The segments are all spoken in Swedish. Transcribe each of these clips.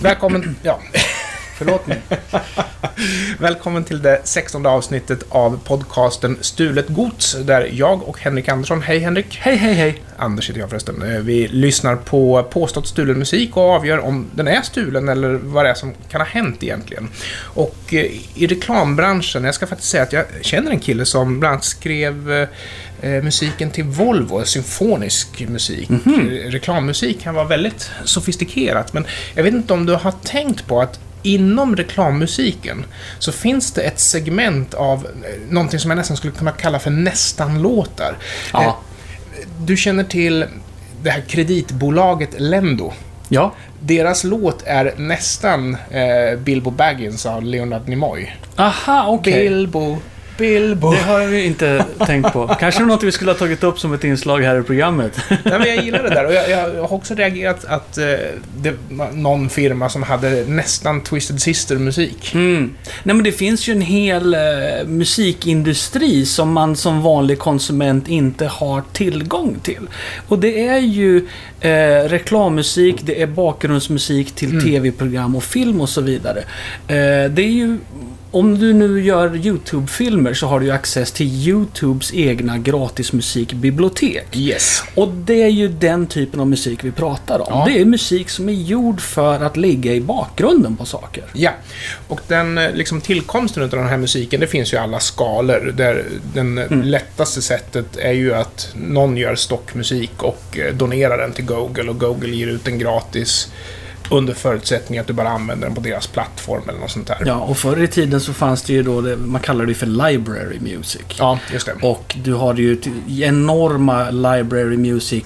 Välkommen, förlåt mig. Välkommen till det 16:e avsnittet av podcasten Stulet Gods, där jag och Henrik Andersson, hej Henrik. Hej. Anders heter jag förresten. Vi lyssnar på påstått stulen musik och avgör om den är stulen eller vad det är som kan ha hänt egentligen. Och i reklambranschen, jag ska faktiskt säga att jag känner en kille som bland annat skrev musiken till Volvo, symfonisk musik. Reklammusik kan vara väldigt sofistikerat, men jag vet inte om du har tänkt på att inom reklammusiken så finns det ett segment av någonting som jag nästan skulle kunna kalla för nästan-låtar. Ja. Du känner till det här kreditbolaget Lendo. Ja. Deras låt är nästan Bilbo Baggins av Leonard Nimoy. Aha, okej. Bilbo. Det har vi inte tänkt på. Kanske något vi skulle ha tagit upp som ett inslag här i programmet. Nej, men jag gillar det där. Och jag har också reagerat att det var någon firma som hade nästan Twisted Sister-musik. Nej, men det finns ju en hel musikindustri som man som vanlig konsument inte har tillgång till. Och det är ju reklammusik, det är bakgrundsmusik till tv-program och film och så vidare. Det är ju... Om du nu gör YouTube-filmer så har du ju access till YouTubes egna gratismusikbibliotek. Yes. Och det är ju den typen av musik vi pratar om. Ja. Det är musik som är gjord för att ligga i bakgrunden på saker. Ja, och den liksom tillkomsten av den här musiken, det finns ju alla skalor. Där den lättaste sättet är ju att någon gör stockmusik och donerar den till Google, och Google ger ut den gratis under förutsättning att du bara använder den på deras plattform eller något sånt där. Ja, och förr i tiden så fanns det ju då, man kallar det för library music. Ja, just det. Och du har ju enorma library music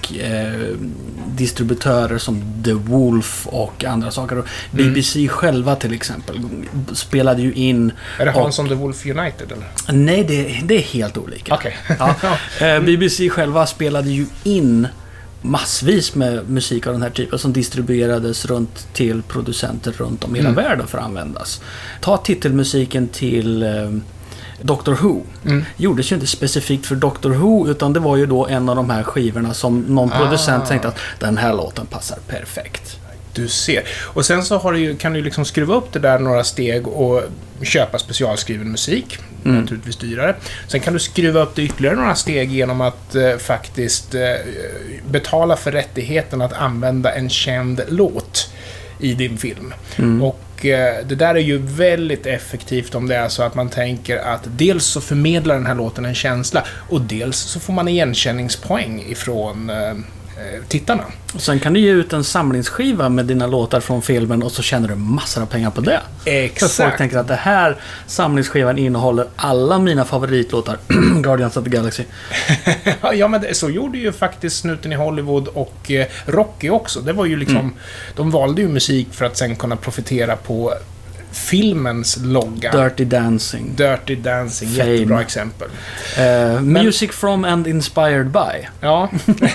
distributörer som The Wolf och andra saker. Och BBC själva till exempel spelade ju in... Är det Hans on the Wolf United eller? Nej, det är helt olika. Okej. Ja. BBC själva spelade ju in massvis med musik av den här typen som distribuerades runt till producenter runt om i hela världen för att användas. Ta titelmusiken till Doctor Who. Gjordes ju inte specifikt för Doctor Who, utan det var ju då en av de här skivorna som någon producent tänkte att den här låten passar perfekt. Du ser. Och sen så kan du liksom skruva upp det där några steg och köpa specialskriven musik. Naturligtvis dyrare. Sen kan du skruva upp det ytterligare några steg genom att faktiskt betala för rättigheten att använda en känd låt i din film. Och det där är ju väldigt effektivt om det är så att man tänker att dels så förmedlar den här låten en känsla och dels så får man igenkänningspoäng ifrån tittarna. Och sen kan du ge ut en samlingsskiva med dina låtar från filmen och så tjänar du massor av pengar på det. Exakt. För folk tänker att det här samlingsskivan innehåller alla mina favoritlåtar. Guardians of the Galaxy. Ja, men så gjorde ju faktiskt Snuten i Hollywood och Rocky också. Det var ju liksom, de valde ju musik för att sen kunna profitera på filmens logga. Dirty Dancing, Fame. Jättebra exempel. Music from and inspired by. Ja.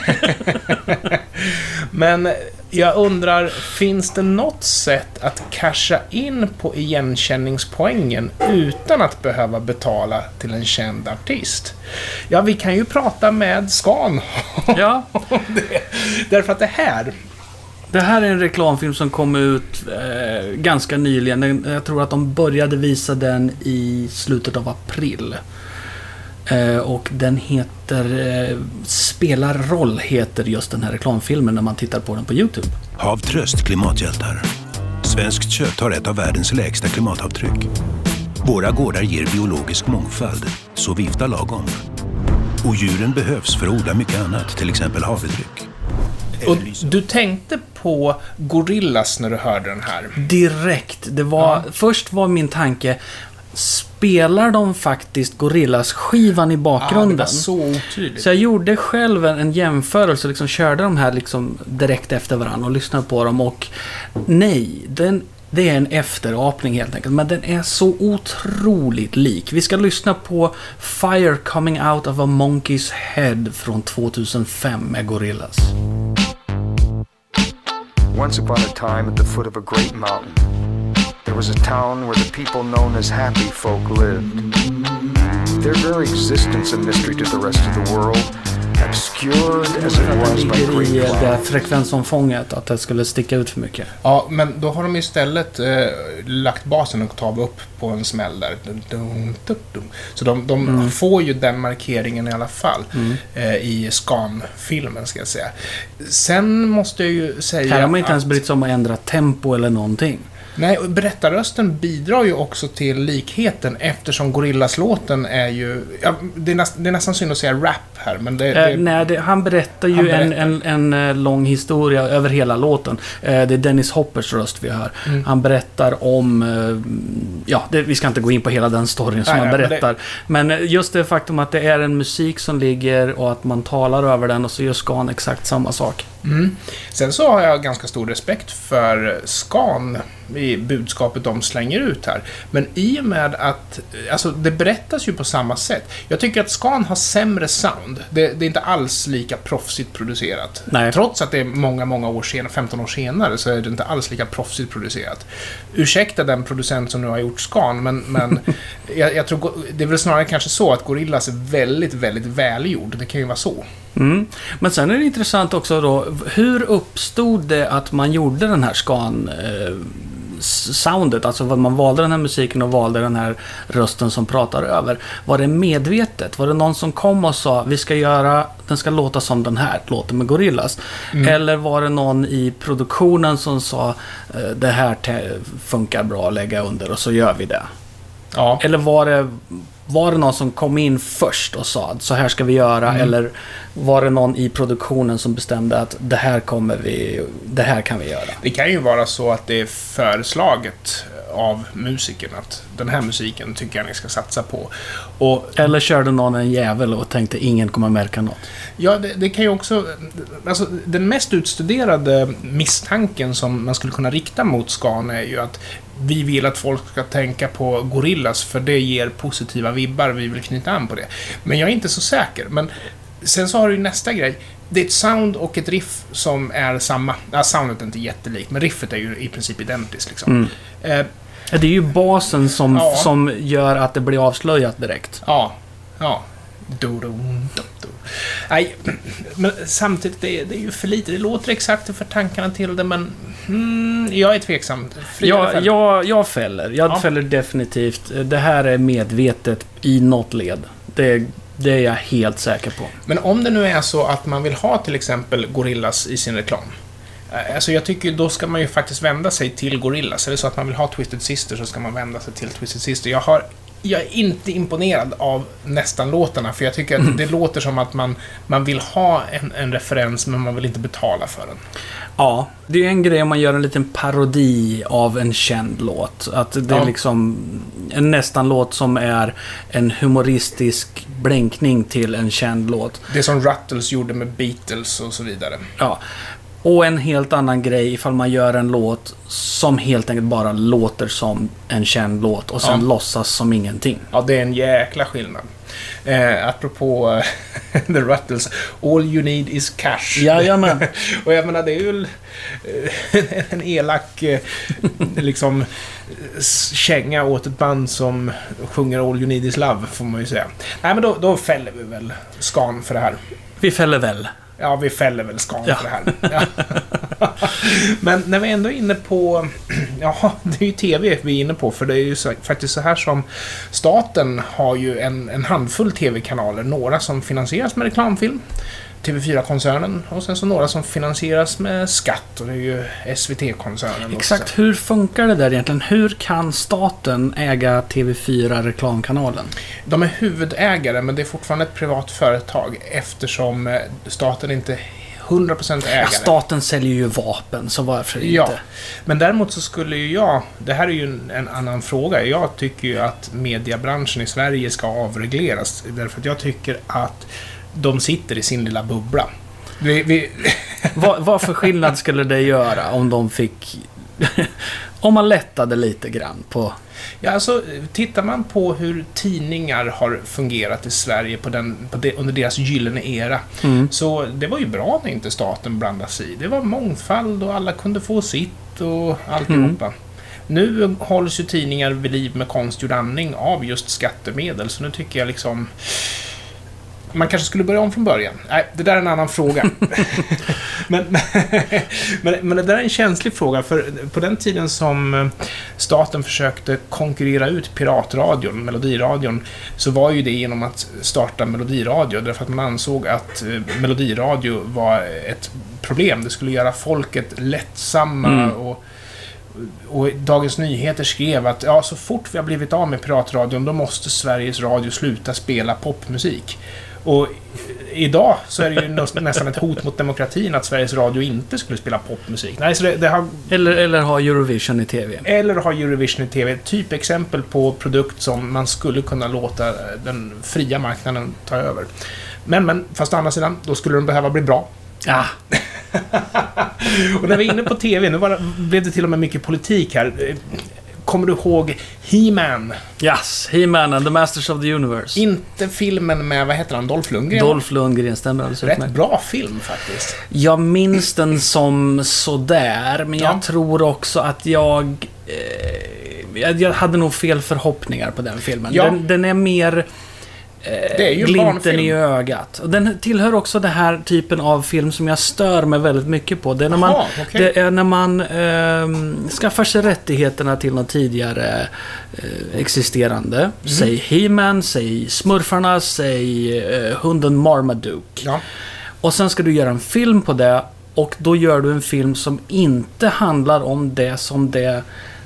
Men jag undrar, finns det något sätt att casha in på igenkänningspoängen utan att behöva betala till en känd artist? Ja, vi kan ju prata med Scan. Ja. Därför att Det här är en reklamfilm som kom ut ganska nyligen. Jag tror att de började visa den i slutet av april. Och den heter Spelar roll heter just den här reklamfilmen när man tittar på den på YouTube. Havtröst klimathjältar. Svenskt kött har ett av världens lägsta klimatavtryck. Våra gårdar ger biologisk mångfald, så vifta lagom. Och djuren behövs för att odla mycket annat, till exempel havredryck. Och du tänkte på Gorillaz när du hörde den här? Direkt. Först var min tanke, spelar de faktiskt Gorillaz-skivan i bakgrunden? Det var så otydligt. Så jag gjorde själv en jämförelse, liksom körde de här liksom direkt efter varandra och lyssnade på dem, och nej, det är en efterapning helt enkelt, men den är så otroligt lik. Vi ska lyssna på Fire Coming Out of a Monkey's Head från 2005 med Gorillaz. Once upon a time at the foot of a great mountain, there was a town where the people known as happy folk lived. Their very existence a mystery to the rest of the world. At obscured as it was by ligger i great det cloud. frekvensomfånget, att det skulle sticka ut för mycket. Ja, men då har de istället lagt basen och oktav upp på en smäll där. Så de får ju den markeringen i alla fall i Scan-filmen, ska jag säga. Sen måste jag ju säga Här har man inte ens att- brytt sig om att ändra tempo eller någonting. Nej, och berättarrösten bidrar ju också till likheten, eftersom Gorillaz-låten är ju... Ja, det är nästan synd att säga rap här, men det... Han berättar ju Han berättar. en lång historia över hela låten. Det är Dennis Hoppers röst vi hör. Han berättar om... vi ska inte gå in på hela den storyn som Nej, han men berättar. Men just det faktum att det är en musik som ligger och att man talar över den, och så gör Scan exakt samma sak. Sen så har jag ganska stor respekt för Scan i budskapet de slänger ut här. Men i och med att... Alltså, det berättas ju på samma sätt. Jag tycker att Scan har sämre sound. Det är inte alls lika proffsigt producerat. Nej. Trots att det är många år senare, 15 år senare, så är det inte alls lika proffsigt producerat. Ursäkta den producent som nu har gjort Scan, men jag tror det är väl snarare kanske så att Gorillaz är väldigt, väldigt välgjord. Det kan ju vara så. Men sen är det intressant också då, hur uppstod det att man gjorde den här Scan soundet, alltså vad man valde den här musiken och valde den här rösten som pratar över. Var det medvetet? Var det någon som kom och sa den ska låta som den här låten med Gorillaz? Eller var det någon i produktionen som sa det här funkar bra att lägga under och så gör vi det? Ja. Eller var det någon som kom in först och sa så här ska vi göra, eller var det någon i produktionen som bestämde att det här kan vi göra? Det kan ju vara så att det är föreslaget av musiken att den här musiken tycker jag ni ska satsa på. Eller körde någon en jävel och tänkte ingen kommer märka något? Ja, det kan ju också... Alltså, den mest utstuderade misstanken som man skulle kunna rikta mot Scan är ju att vi vill att folk ska tänka på Gorillaz för det ger positiva vibbar, vi vill knyta an på det. Men jag är inte så säker. Men sen så har du ju nästa grej. Det är ett sound och ett riff som är samma. Soundet är inte jättelikt, men riffet är ju i princip identiskt liksom. Det är ju basen som gör att det blir avslöjat direkt. Ja. Nej, men samtidigt det är ju för lite. Det låter exakt för tankarna till det, men jag är tveksam. Jag fäller. Jag fäller definitivt. Det här är medvetet i något led. Det är jag helt säker på. Men om det nu är så att man vill ha till exempel Gorillaz i sin reklam. Alltså jag tycker då ska man ju faktiskt vända sig till Gorillaz. Är det så att man vill ha Twisted Sister så ska man vända sig till Twisted Sister. Jag är inte imponerad av nästan låtarna, för jag tycker att det låter som att man vill ha en referens men man vill inte betala för den. Ja, det är en grej om man gör en liten parodi av en känd låt. Att det är liksom en nästan låt som är en humoristisk blänkning till en känd låt. Det som Ruttles gjorde med Beatles och så vidare. Ja. Och en helt annan grej ifall man gör en låt som helt enkelt bara låter som en känd låt och sen låtsas som ingenting. Ja, det är en jäkla skillnad. Apropå The Ruttles, all you need is cash. Jajamän. Och jag menar, det är ju en elak liksom känga åt ett band som sjunger all you need is love, får man ju säga. Nej, men då fäller vi väl Scan för det här. Vi fäller väl. Ja, vi fäller väl Scan för det här. Ja. Men när vi ändå är inne på... Ja, det är ju tv vi är inne på. För det är ju faktiskt så här som staten har ju en handfull tv-kanaler. Några som finansieras med reklamfilm. TV4-koncernen. Och sen så några som finansieras med skatt. Och det är ju SVT-koncernen. Exakt, hur funkar det där egentligen? Hur kan staten äga TV4-reklamkanalen? De är huvudägare, men det är fortfarande ett privat företag. Eftersom staten inte 100% ägare. Ja, staten säljer ju vapen, så varför inte? Ja, men däremot så skulle ju det här är ju en annan fråga. Jag tycker ju att mediebranschen i Sverige ska avregleras. Därför att jag tycker att de sitter i sin lilla bubbla. Vad för skillnad skulle det göra om de fick... om man lättade lite grann på... Ja, alltså tittar man på hur tidningar har fungerat i Sverige under deras gyllene era, så det var ju bra när inte staten blandade sig i. Det var mångfald och alla kunde få sitt och alltihopa. Nu hålls ju tidningar vid liv med konstgjord andning av just skattemedel, så nu tycker jag liksom... Man kanske skulle börja om från början. Nej, det där är en annan fråga. men det där är en känslig fråga, för på den tiden som staten försökte konkurrera ut piratradion, melodiradion, så var ju det genom att starta melodiradio, därför att man ansåg att melodiradio var ett problem. Det skulle göra folket lättsamma och Dagens Nyheter skrev att så fort vi har blivit av med piratradion, då måste Sveriges Radio sluta spela popmusik. Och idag så är det ju nästan ett hot mot demokratin att Sveriges Radio inte skulle spela popmusik. Nej, så det har... Eller ha Eurovision i TV. Eller ha Eurovision i TV. Typexempel på produkt som man skulle kunna låta den fria marknaden ta över. Men fast å andra sidan, då skulle de behöva bli bra. Ja. Och när vi är inne på TV, nu blev det till och med mycket politik här. Kommer du ihåg He-Man? Yes, He-Man and the Masters of the Universe. Inte filmen med, vad heter han, Dolph Lundgren? Dolph Lundgren, stämmer alldeles rätt bra film faktiskt. Jag minns den som sådär, men jag tror också att jag hade nog fel förhoppningar på den filmen. Ja. Den är mer... det är ju glimten i ögat. Och den tillhör också den här typen av film som jag stör mig väldigt mycket på. Det är när man skaffar sig rättigheterna till något tidigare existerande. Säg He-Man, säg Smurfarna, säg hunden Marmaduke. Ja. Och sen ska du göra en film på det, och då gör du en film som inte handlar om det som det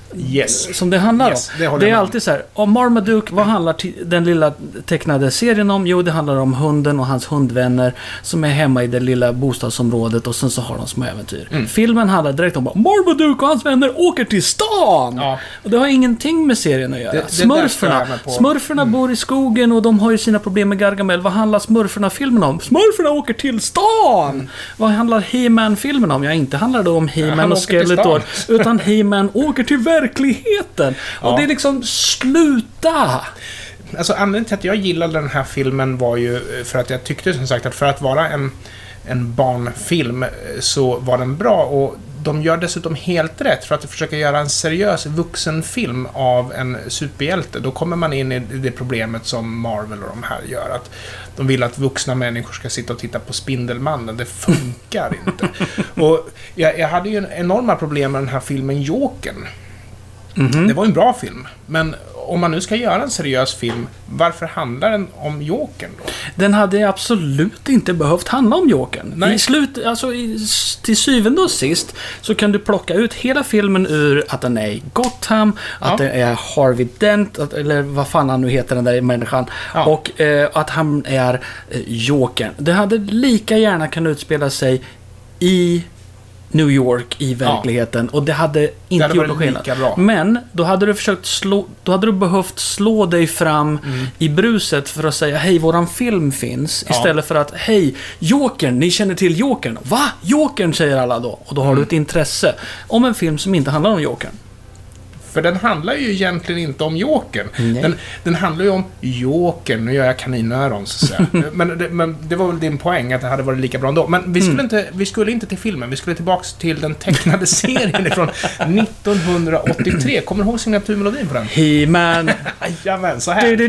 som det handlar om. Det är alltid så här, om Marmaduke, vad handlar den lilla tecknade serien om? Jo, det handlar om hunden och hans hundvänner som är hemma i det lilla bostadsområdet, och sen så har de små äventyr. Filmen handlar direkt om Marmaduke och hans vänner åker till stan. Ja. Och det har ingenting med serien att göra. Smurfarna bor i skogen och de har ju sina problem med Gargamel. Vad handlar Smurfarna-filmen om? Smurfarna åker till stan! Vad handlar He-Man-filmen om? Ja, inte handlar det om He-Man och Skeletor, utan He-Man åker till verkligheten. Och det är liksom, sluta! Alltså, anledningen till att jag gillade den här filmen var ju för att jag tyckte som sagt att för att vara en barnfilm så var den bra, och de gör dessutom helt rätt för att försöka göra en seriös vuxenfilm av en superhjälte. Då kommer man in i det problemet som Marvel och de här gör, att de vill att vuxna människor ska sitta och titta på Spindelmannen. Det funkar inte. Och jag hade ju enorma problem med den här filmen Jokern. Det var en bra film, men om man nu ska göra en seriös film, varför handlar den om Jokern då? Den hade absolut inte behövt handla om Jokern. Nej. Till syvende och sist så kan du plocka ut hela filmen ur att den är i Gotham, att det är Harvey Dent, eller vad fan han nu heter, den där människan, och att han är Jokern. Det hade lika gärna kunnat utspela sig i New York i verkligheten, och det hade inte gjort någon skillnad. Men då hade du behövt slå dig fram i bruset för att säga hej, våran film finns, istället för att hej, Jokern, ni känner till Jokern. Va? Jokern, säger alla då. Och då har du ett intresse om en film som inte handlar om Jokern. För den handlar ju egentligen inte om Jokern. Den handlar ju om Jokern. Nu gör jag kaninöron, så att säga. men det var väl din poäng att det hade varit lika bra ändå. Men vi skulle inte till filmen. Vi skulle tillbaka till den tecknade serien från 1983. Kommer du ihåg signaturmelodin på den? He-Man. Jajamän, så här.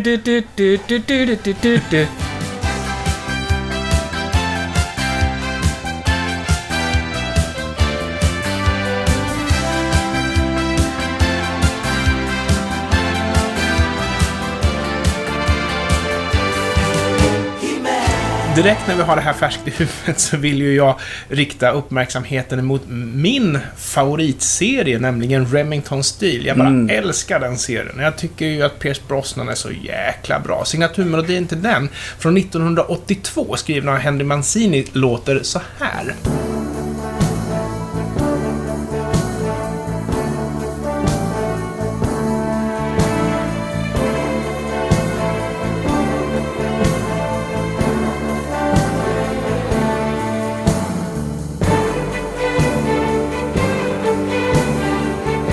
Direkt när vi har det här färskt i huvudet så vill ju jag rikta uppmärksamheten mot min favoritserie, nämligen Remington Steel. Jag bara älskar den serien. Jag tycker ju att Pierce Brosnan är så jäkla bra. Signaturmelodin till den från 1982, skriven av Henry Mancini, låter så här.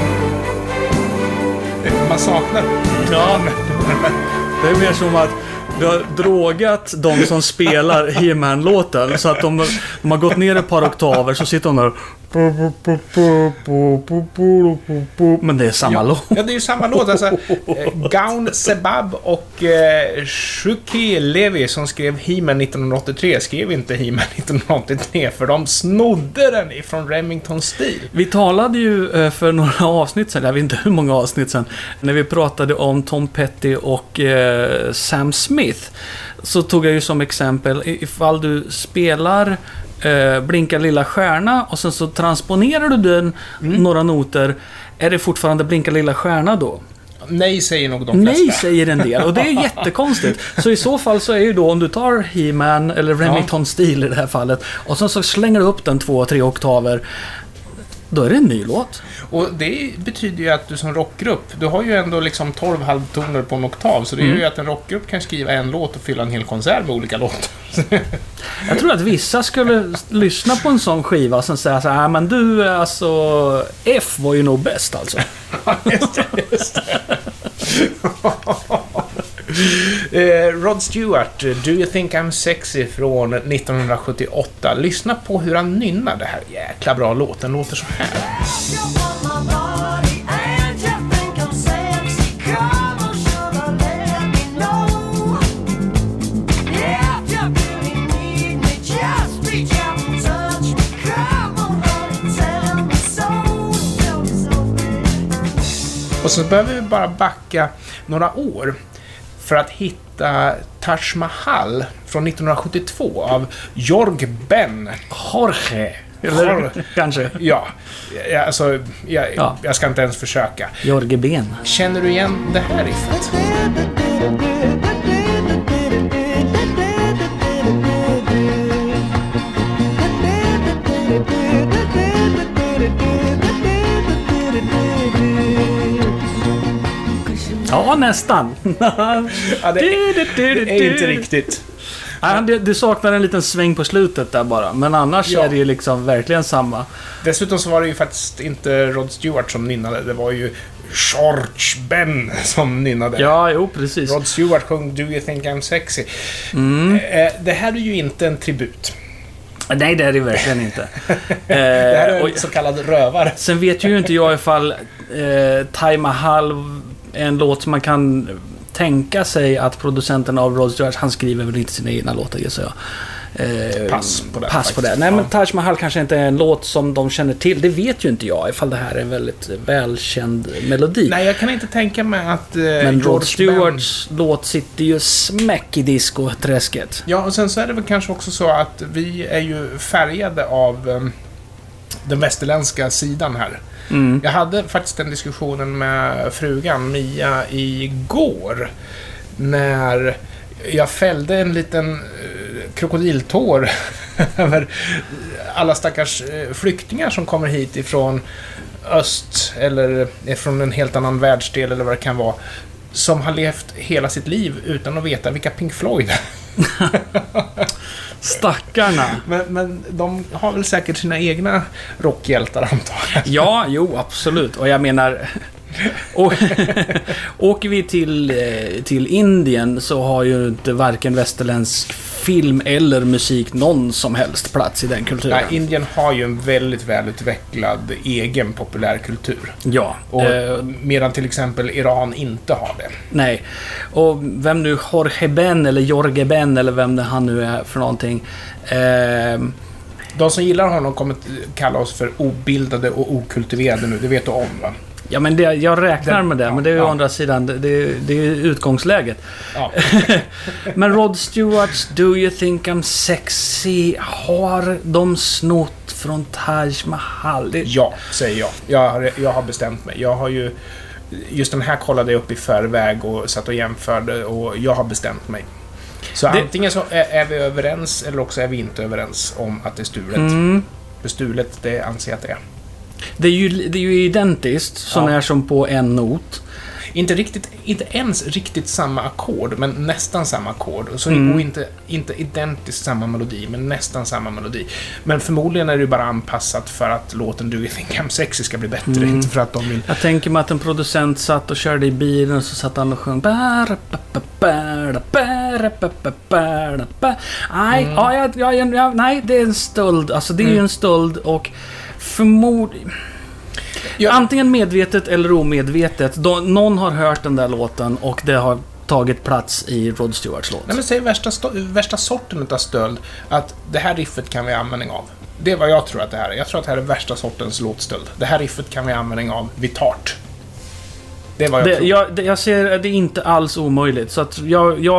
Man saknar. Ja, det är mer som att Du har drogat de som spelar He-Man-låten så att de har gått ner ett par oktaver, så sitter de där. Men det är samma låt. Ja, det är ju samma låt. Alltså, Gaun Sebab och Shuki Levy som skrev He-Man 1983 skrev inte He-Man 1983 för de snodde den ifrån Remington Steel. Vi talade ju för några avsnitt sedan, jag vet inte hur många avsnitt sedan, när vi pratade om Tom Petty och Sam Smith, så tog jag ju som exempel, ifall du spelar Blinka lilla stjärna och sen så transponerar du den några noter, är det fortfarande Blinka lilla stjärna då? Nej, säger nog de flesta. Nej, säger en del. Och det är jättekonstigt. Så i så fall så är ju då, om du tar He-Man eller Remington Steel i det här fallet, och sen så slänger du upp den 2-3 oktaver, då är det en ny låt. Och det betyder ju att du som rockgrupp, du har ju ändå liksom 12 halvtoner på en oktav, så det är ju att en rockgrupp kan skriva en låt och fylla en hel konsert med olika låtar. Jag tror att vissa skulle lyssna på en sån skiva och sen säga så här, men du, alltså, F var ju nog bäst alltså. Just det. Rod Stewart, Do You Think I'm Sexy från 1978. Lyssna på hur han nynnar det här jäkla bra låten. Låter så här. Och så behöver vi bara backa några år för att hitta Taj Mahal från 1972 av Jorge Ben. Jorge. Eller kanske. Ja, alltså, jag ska inte ens försöka. Jorge Ben. Känner du igen det här riffet? Ja, nästan. Ja, det är inte riktigt. Du saknar en liten sväng på slutet där bara. Men annars är det ju liksom verkligen samma. Dessutom så var det ju faktiskt inte Rod Stewart som nynnade. Det var ju George Ben som nynnade. Ja, jo, precis. Rod Stewart sjöng Do You Think I'm Sexy. Det här är ju inte en tribut. Nej, det är det verkligen inte. Det här är en så kallad rövare. Sen vet ju inte jag ifall Taj Mahal är en låt som man kan tänka sig att producenten av Rod Stewart, han skriver väl inte sina egna låtar, gissar jag. Pass på det. Nej, men Taj Mahal kanske inte är en låt som de känner till. Det vet ju inte jag ifall det här är en väldigt välkänd melodi. Nej, jag kan inte tänka mig att men Rod Stewarts låt sitter ju smäck i disco-träsket. Ja, och sen så är det väl kanske också så att vi är ju färgade av den västerländska sidan här. Jag hade faktiskt den diskussionen med frugan Mia igår när jag fällde en liten krokodiltår över alla stackars flyktingar som kommer hit ifrån öst eller från en helt annan världsdel eller vad det kan vara, som har levt hela sitt liv utan att veta vilka Pink Floyd är. Stackarna. Men de har väl säkert sina egna rockhjältar, antar jag. Ja, jo, absolut. Och jag menar, åker vi till Indien så har ju inte varken västerländsk film eller musik någon som helst plats i den kulturen. Ja, Indien har ju en väldigt välutvecklad egen populärkultur. Ja. Och medan till exempel Iran inte har det. Nej. Och vem nu Jorge Ben eller Jorge Ben eller vem det han nu är för någonting. De som gillar honom kommer kalla oss för obildade och okultiverade nu. Det vet du om, va? Ja, men jag räknar med det. Men det är ju å andra sidan, det är utgångsläget. Ja. Men Rod Stewarts Do You Think I'm Sexy, har de snott från Taj Mahal? Ja, säger jag. Jag har bestämt mig. Jag har ju... Just den här kollade jag upp i förväg och satt och jämförde, och jag har bestämt mig. Så antingen så är vi överens eller också är vi inte överens om att det är stulet. För stulet, det anser jag att det är. Det är ju identiskt, så när som på en not. Inte ens riktigt samma ackord, men nästan samma ackord. Och inte identiskt samma melodi, men nästan samma melodi. Men förmodligen är det bara anpassat för att låten Do You Think I'm Sexy ska bli bättre, inte för att de vill... Jag tänker mig att en producent satt och körde i bilen och så satt han och sjöng nej, det är en stöld. Alltså det är ju en stöld och förmodligen... Ja. Antingen medvetet eller omedvetet. Någon har hört den där låten och det har tagit plats i Rod Stewarts låt. Nej, men säg värsta sorten av stöld, att det här riffet kan vi användning av. Det är vad jag tror att det här är. Jag tror att det här är värsta sortens låtstöld. Det här riffet kan vi användning av vitart. Det är vad jag tror. Jag ser det är inte alls omöjligt. Så att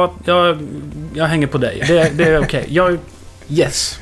jag hänger på dig. Det är okej. Yes.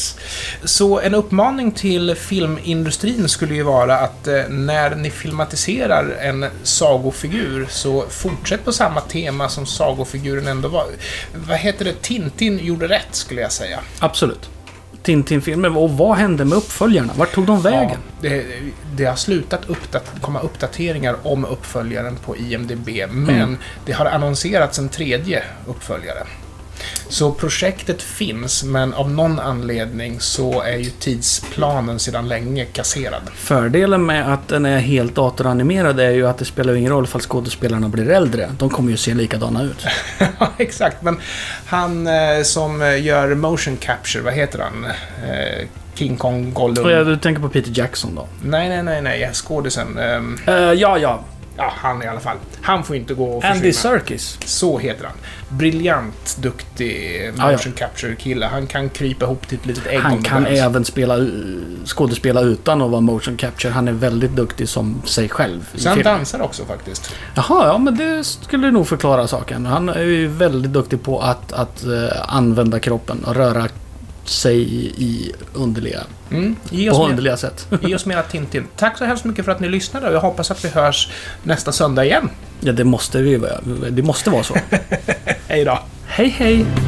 Så en uppmaning till filmindustrin skulle ju vara att när ni filmatiserar en sagofigur så fortsätt på samma tema som sagofiguren ändå var. Vad heter det? Tintin gjorde rätt, skulle jag säga. Absolut. Tintin-filmer. Och vad hände med uppföljarna? Vart tog de vägen? Ja, det har slutat komma uppdateringar om uppföljaren på IMDb, men det har annonserats en tredje uppföljare. Så projektet finns, men av någon anledning så är ju tidsplanen sedan länge kasserad. Fördelen med att den är helt datoranimerad är ju att det spelar ingen roll ifall skådespelarna blir äldre. De kommer ju se likadana ut. Ja, exakt. Men han som gör motion capture, vad heter han? King Kong Gollum. Du tänker på Peter Jackson då? Nej. Skådisen. Ja. Ja, han i alla fall. Han får inte gå och försvinna. Andy Serkis. Så heter han. Briljant, duktig motion capture kille. Han kan krypa ihop till ett litet ägg. Han kan även skådespela utan att vara motion capture. Han är väldigt duktig som sig själv. Så han dansar också faktiskt. Jaha, ja, men det skulle nog förklara saken. Han är ju väldigt duktig på att använda kroppen och röra sig i underliga sätt. Ge oss mera Tintin. Tack så hemskt mycket för att ni lyssnade och jag hoppas att vi hörs nästa söndag igen. Ja, det måste vara så. Hej då. Hej.